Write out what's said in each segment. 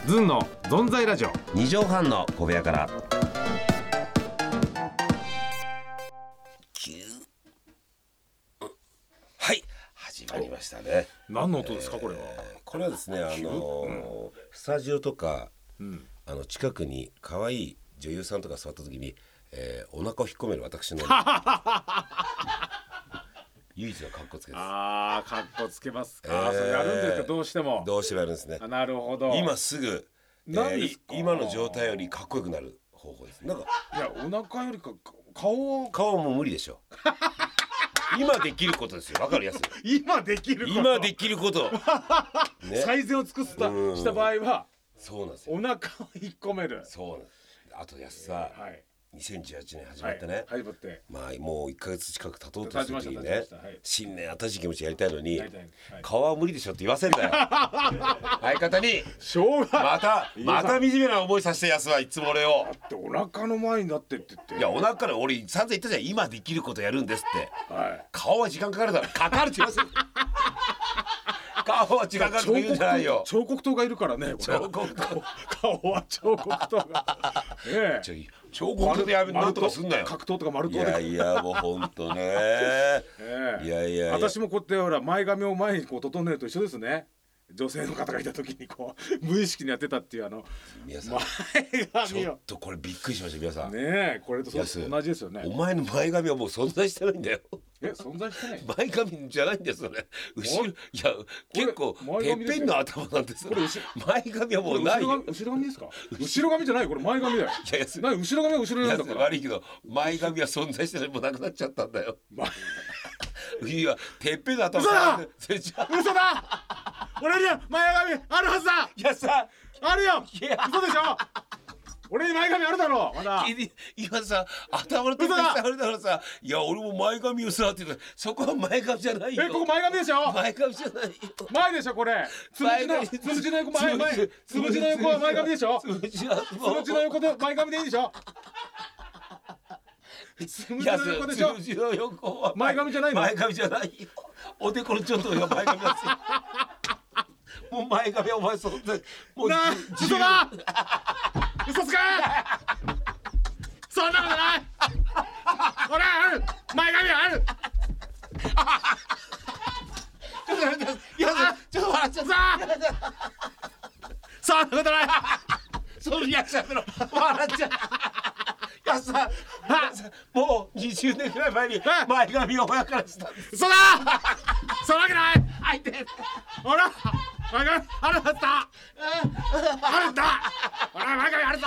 ズンのゾンザイラジオ 2畳半の小部屋からはい、始まりましたね。 何の音ですか、これは。 これはですね、スタジオとか、近くに可愛い女優さんとか座った時に、お腹を引っ込める私の唯一のカッコつけです。 カッコつけますか。それやるんですか、どうしてもやるんですね。 なるほど。 今すぐ、今の状態よりかっこよくなる方法です。なんかいや、お腹よりか顔も無理でしょ今できることですよ。わかりやすい。 今できること、ね、最善を尽くした場合はそうなんですよ。 お腹を引っ込める。 そうなんです。あとやすさ、2018年始まってね、まあもう1ヶ月近く経とうとした時にね、新年新しい気持ちやりたいのに、顔は無理でしょって言わせんだよ相方にまた惨めな思いさせて、やすはいつも俺を。 だってお腹の前になってって言って、 いや、お腹から俺散々言ったじゃん、今できることやるんですって、顔は時間かかるだろ。かかるって言わせる顔は時間かかると言うんじゃないよ。 彫刻刀がいるからね。 彫刻刀顔は彫刻刀が彫刻刀でやめなんとかすんなよ。 格闘とか丸刀で。 いやもうほんとねいや私もこうやってほら前髪を前にこう整えると一緒ですね。女性の方がいた時にこう無意識にやってたっていう皆さん前髪をちょっとこれびっくりしました。皆さんね、これと同じですよね。 お前の前髪はもう存在してないんだよ。 存在してない。 前髪じゃないんですよね。後ろ、いや結構てっぺんの頭なんですよ。前髪はもうない。 後ろ髪ですか。後ろ髪じゃない、これ前髪だよ。 いや後ろ髪は後ろなんだから。 悪いけど前髪は存在してない、もうなくなっちゃったんだよ。いや、てっぺんの頭。 嘘だ俺には前髪あるはずだ。 いやさ、 あるよ。嘘でしょ。俺に前髪あるだろ。まだ今さ、頭のてっぺんあるだろうさ。いや、俺も前髪をさって言ったら、そこは前髪じゃないよ。 ここ前髪でしょ。 前髪じゃないよ。 前でしょこれ。つむじの横つむじの横は前髪でしょ。つむじの横で前髪でいいでしょ。つむじの横でしょ。 つむじの横は前髪じゃないの。 前髪じゃないよ。おでこのちょっとが前髪ですよ。もう前髪はお前そんなもう嘘だ嘘つけそんなことない俺ある前髪あるちょっと笑っちゃった。 そんなことないそのリアクションやめろ。笑っちゃう。やさもう20年くらい前に前髪を親からしたんです。 嘘だそんなわけない相手ほら前髪あるはずだあるんだほら前髪あるぞ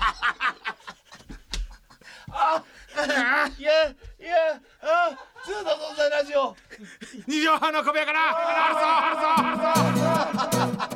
いやずっとそんなラジオ 2畳半の小部屋からあるぞ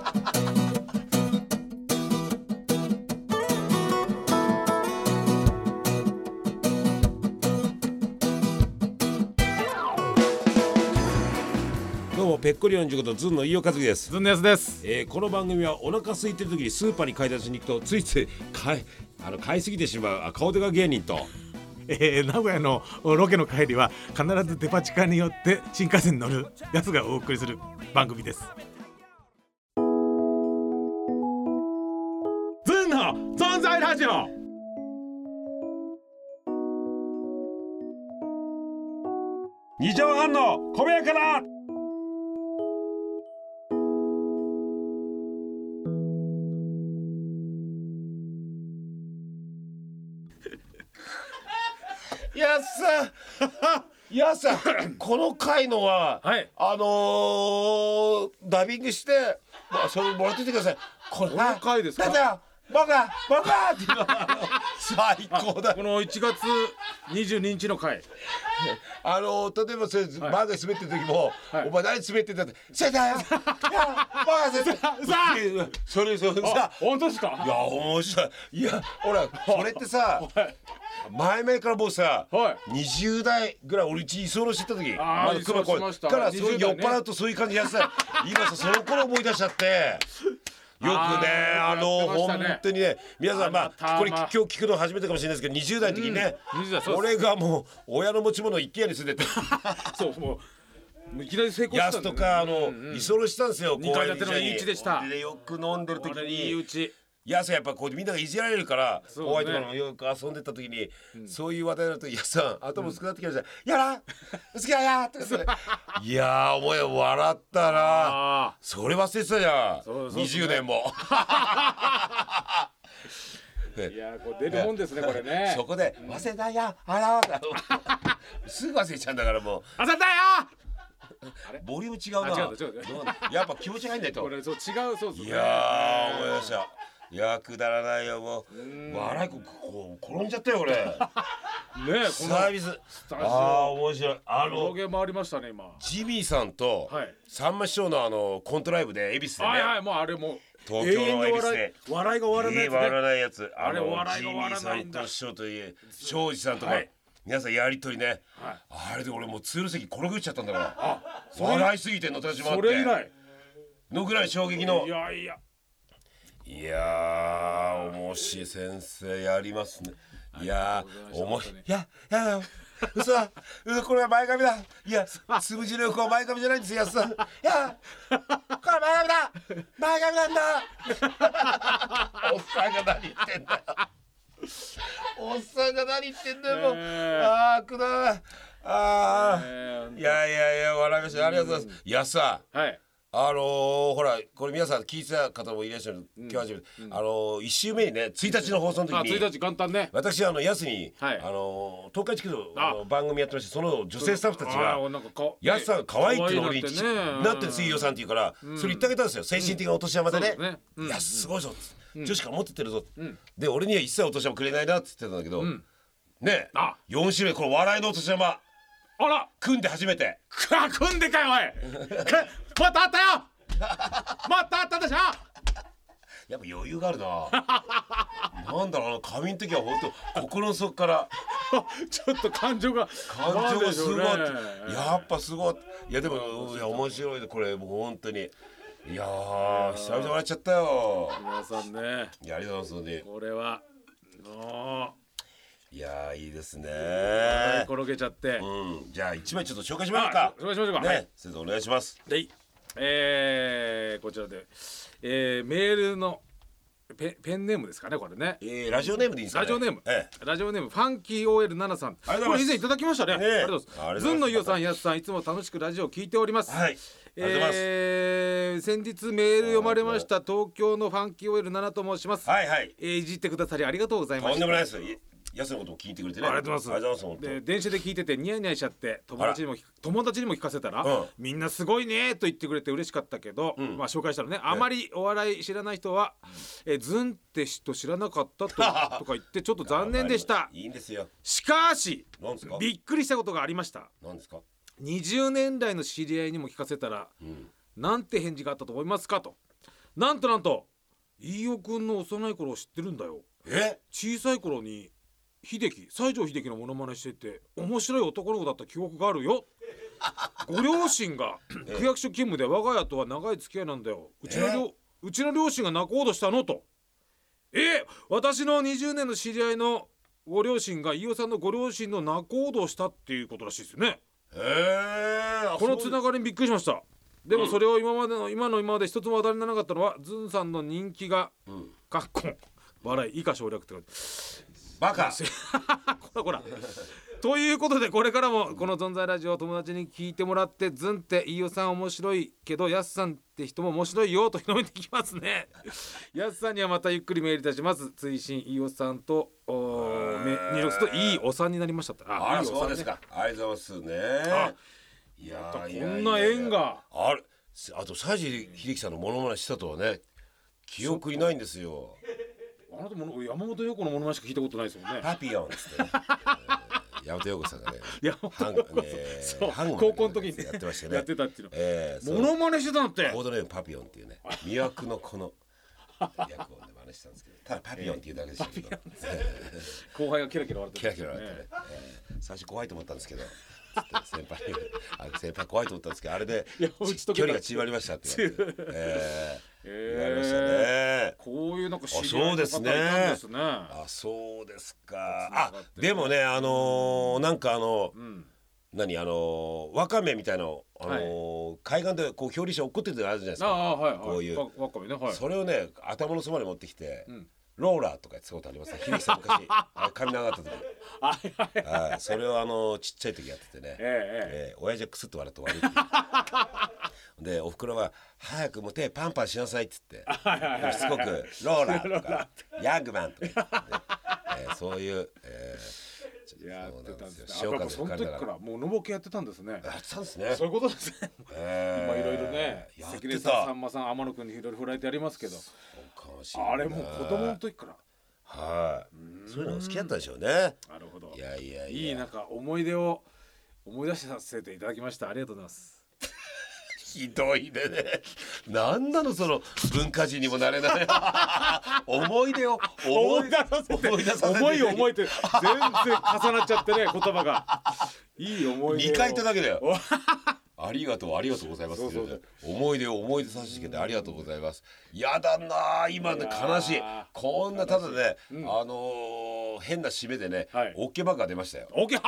どうもペッコリ45とズンの飯尾和樹です。 ズンのやつです。 この番組はお腹空いてる時にスーパーに買い出しに行くとついつい買いすぎてしまう顔でか芸人と、 名古屋のロケの帰りは必ずデパ地下によって新幹線に乗るやつがお送りする番組です。ズンの存在ラジオ。 2畳半の小部屋からやさこの回のは、ダビングして、それもらっててください。 この回ですか。 バカっていうのは最高だ。 この1月22日の回例えばそれバーで滑ってる時も、お前何滑ってんだってせだよそれさ、 本当ですか。 いや面白い。いやほらそれってさ前々からもうさ、20代ぐらい俺うち居候してた時まだ熊子からそういう酔っ払うとそういう感じやってた。今さその頃思い出しちゃってよくね本当にね皆さんこれ今日聞くの初めてかもしれないですけど20代の時にね、俺がもう親の持ち物を一軒家に住んでてそうもういきなり成功したやすとか居候したんですよ。 2階建てのいい家でした。 でよく飲んでる時にいい家。 やすやっぱこうみんながいじられるからホワイトからもよく遊んでた時にそういう話題になるとやすさん頭薄くなってきました。やら好きだやとかいやお前笑ったな。それ忘れてたじゃん。20年も。 いやこう出るもんですねこれね。 そこで忘れたやあらすぐ忘れちゃうんだからもう。 忘れたよ。 ボリューム違うな。やっぱ気持ちが入んないと。 これそう違うそうですね。 いや思い出した。いやくだらないよもう。笑いこう転んじゃったよ俺。ねサービス。面白い。 ロケ回りましたね今。 ジミーさんとさんま師匠のコントライブで恵比寿でね。 はいもうあれも東京の恵比寿で笑いが終わらないやつね。 笑わないやつ。 あれ笑いが終わらないんだ。 ジミーさんと師匠といえ庄司さんとか皆さんやりとりね。あれで俺もうツール席転げちゃったんだから。笑いすぎてのたちもあって。 それ以来のぐらい衝撃の。 いや面白い先生やりますね。いや面白い。いや嘘だこれは前髪だ。いやつむじの横は前髪じゃないんですよ。いやこれ前髪だ前髪なんだ。おっさんが何言ってんだよ。おっさんが何言ってんだよもう。くだいや笑いました。ありがとうございます。いやさほらこれ皆さん聞いてた方もいらっしゃる今日初めて1週目にね1日の放送の時に 1日元旦ね私やすに東海地区の番組やってましてその女性スタッフたちがやすさんが可愛いっていうのになってる水曜さんって言うからそれ言ってあげたんですよ。精神的なお年玉でねいやすごいぞ女子から持ってってるぞで俺には一切お年玉くれないなって言ってたんだけどね4週目この笑いのお年玉組んで初めて組んでかよおいまたあったよまたあったでしょ。 やっぱ余裕があるな。なんだろう髪の時は本当心の底からちょっと感情がすごいやっぱすごい。いやでも面白いこれもう本当にいや久々笑っちゃったよ皆さんね。 いやありがとうございますね。 これはいやいいですね。 転げちゃって、 じゃあ一枚ちょっと紹介しましょうか。 紹介しましょうか。 ね、先生お願いします。 こちらで、メールのペンネームですかねこれね。 ラジオネームでいいですかね。 ラジオネームファンキー OL7 さん。これ以前いただきましたね。ありがとうございます。ずんの飯尾さんやすさんいつも楽しくラジオを聞いております。 はい。先日メール読まれました東京のファンキー OL7 と申します。いじってくださりありがとうございました。 とんでもないです。やすのことも聞いてくれてね。 ありがとうございます。で電車で聞いててニヤニヤしちゃって友達にも聞かせたら、みんなすごいねと言ってくれて嬉しかったけど、紹介したらねあまりお笑い知らない人は、ズンって人知らなかったとか言ってちょっと残念でした。 いいんですよ。 しかしびっくりしたことがありました。 何ですか。 20年来の知り合いにも聞かせたら、なんて返事があったと思いますかと。なんと飯尾くんの幼い頃を知ってるんだよ。小さい頃に西城秀樹のモノマネしてて面白い男の子だった記憶があるよ。ご両親が区役所勤務で我が家とは長い付き合いなんだよ。うちの両親が仲人したのと。私の20年の知り合いのご両親が飯尾さんのご両親の仲人をしたっていうことらしいですよね。このつながりにびっくりしました。でもそれを今まで一つも話題にならなかったのはズンさんの人気が笑い以下省略って書いてバカこらということでこれからもこの存在ラジオを友達に聞いてもらってズンって飯尾さん面白いけどやすさんって人も面白いよと広めていきますね。やすさんにはまたゆっくりメールいたします。追伸飯尾さんと入力するといいおさんになりました。 そうですか。ありがとうございますね。いやこんな縁がある。あと西城秀樹さんのモノマネしたとはね記憶にないんですよ。 あなたも山本陽子のモノマネしか聞いたことないですもんね。 パピヨンっつってね山本陽子さんがね高校の時にやってましたね。 やってたっていうのモノマネしてたのってコードネームパピヨンっていうね魅惑のこの役をね真似したんですけどただパピヨンっていうだけでしたけど後輩がキラキラ笑ってキラキラ笑ってね最初怖いと思ったんですけど先輩怖いと思ったんですけどあれで距離が縮まりましたって言われましたね。 こういうなんか知り合いの方いたんですね。そうですか。でもねなんかわかめみたいな海岸でこう漂流者落っこってるのあるじゃないですか。こういうわかめね。 それをね頭のそばに持ってきてローラーとかやってたことありますね。響さん昔髪長かった時それをちっちゃい時やっててね、親父はクスッと笑って終わりってでおふくろは早くもう手パンパンしなさいっつってしつこくローラーとかヤングマンとか言ってそういうやってたんですね。その時からもうのぼけやってたんですね。 やってたんですね。 そういうことですね。今いろいろね関根さん、さんまさん、天野くんにいろいろ振られてありますけど、あれもう子供の時からそういうの好きだったでしょうね。 なるほど。 いいなんか思い出を思い出させていただきました。ありがとうございます。 ひどいね。なんなのその文化人にもなれない思い出を思い出させて思いって全然重なっちゃってね、言葉がいい思い出を 2回言っただけだよありがとうございます。思い出を思い出させてくれてありがとうございます。やだな今ね悲しい。こんなただね変な締めでねオッケーバカが出ましたよ。 オッケー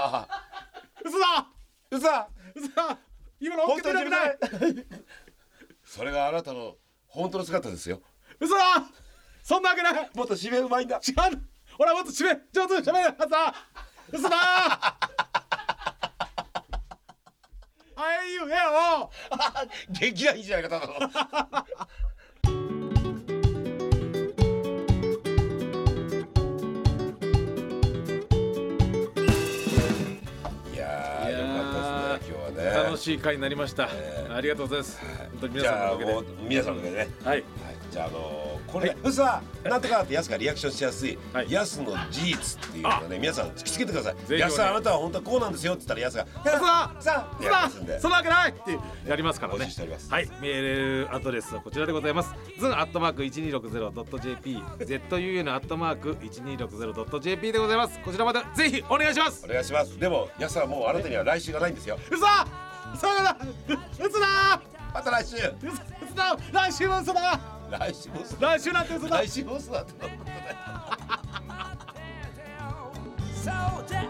嘘だ今のオッケーじゃないそれがあなたの本当の姿ですよ。 嘘だそんなわけない。 もっと締めうまいんだ。 違うほらもっと締め上手に締めるはずだ。嘘だはい言えよ元気がいいじゃないかただの楽しい回になりました。ありがとうございます。本当に皆さんのおかげで。 皆さんのおかげでね。 はい。 じゃあこれさなんとかってヤスがリアクションしやすいヤスの事実っていうのをね皆さん突きつけてください。ヤスさんあなたは本当はこうなんですよって言ったらヤスがヤスさんってやりますんで。 そんなわけないってやりますからね。 募集しております。 はい。メールアドレスはこちらでございます。zun@1260.jp zun@1260.jp でございます。こちらまでぜひお願いします。 お願いします。でもヤスはもうあなたには来週がないんですよ。 嘘だ嘘だまた来週嘘だ来週も嘘だ来週も嘘だ来週なんて嘘だ来週も嘘だって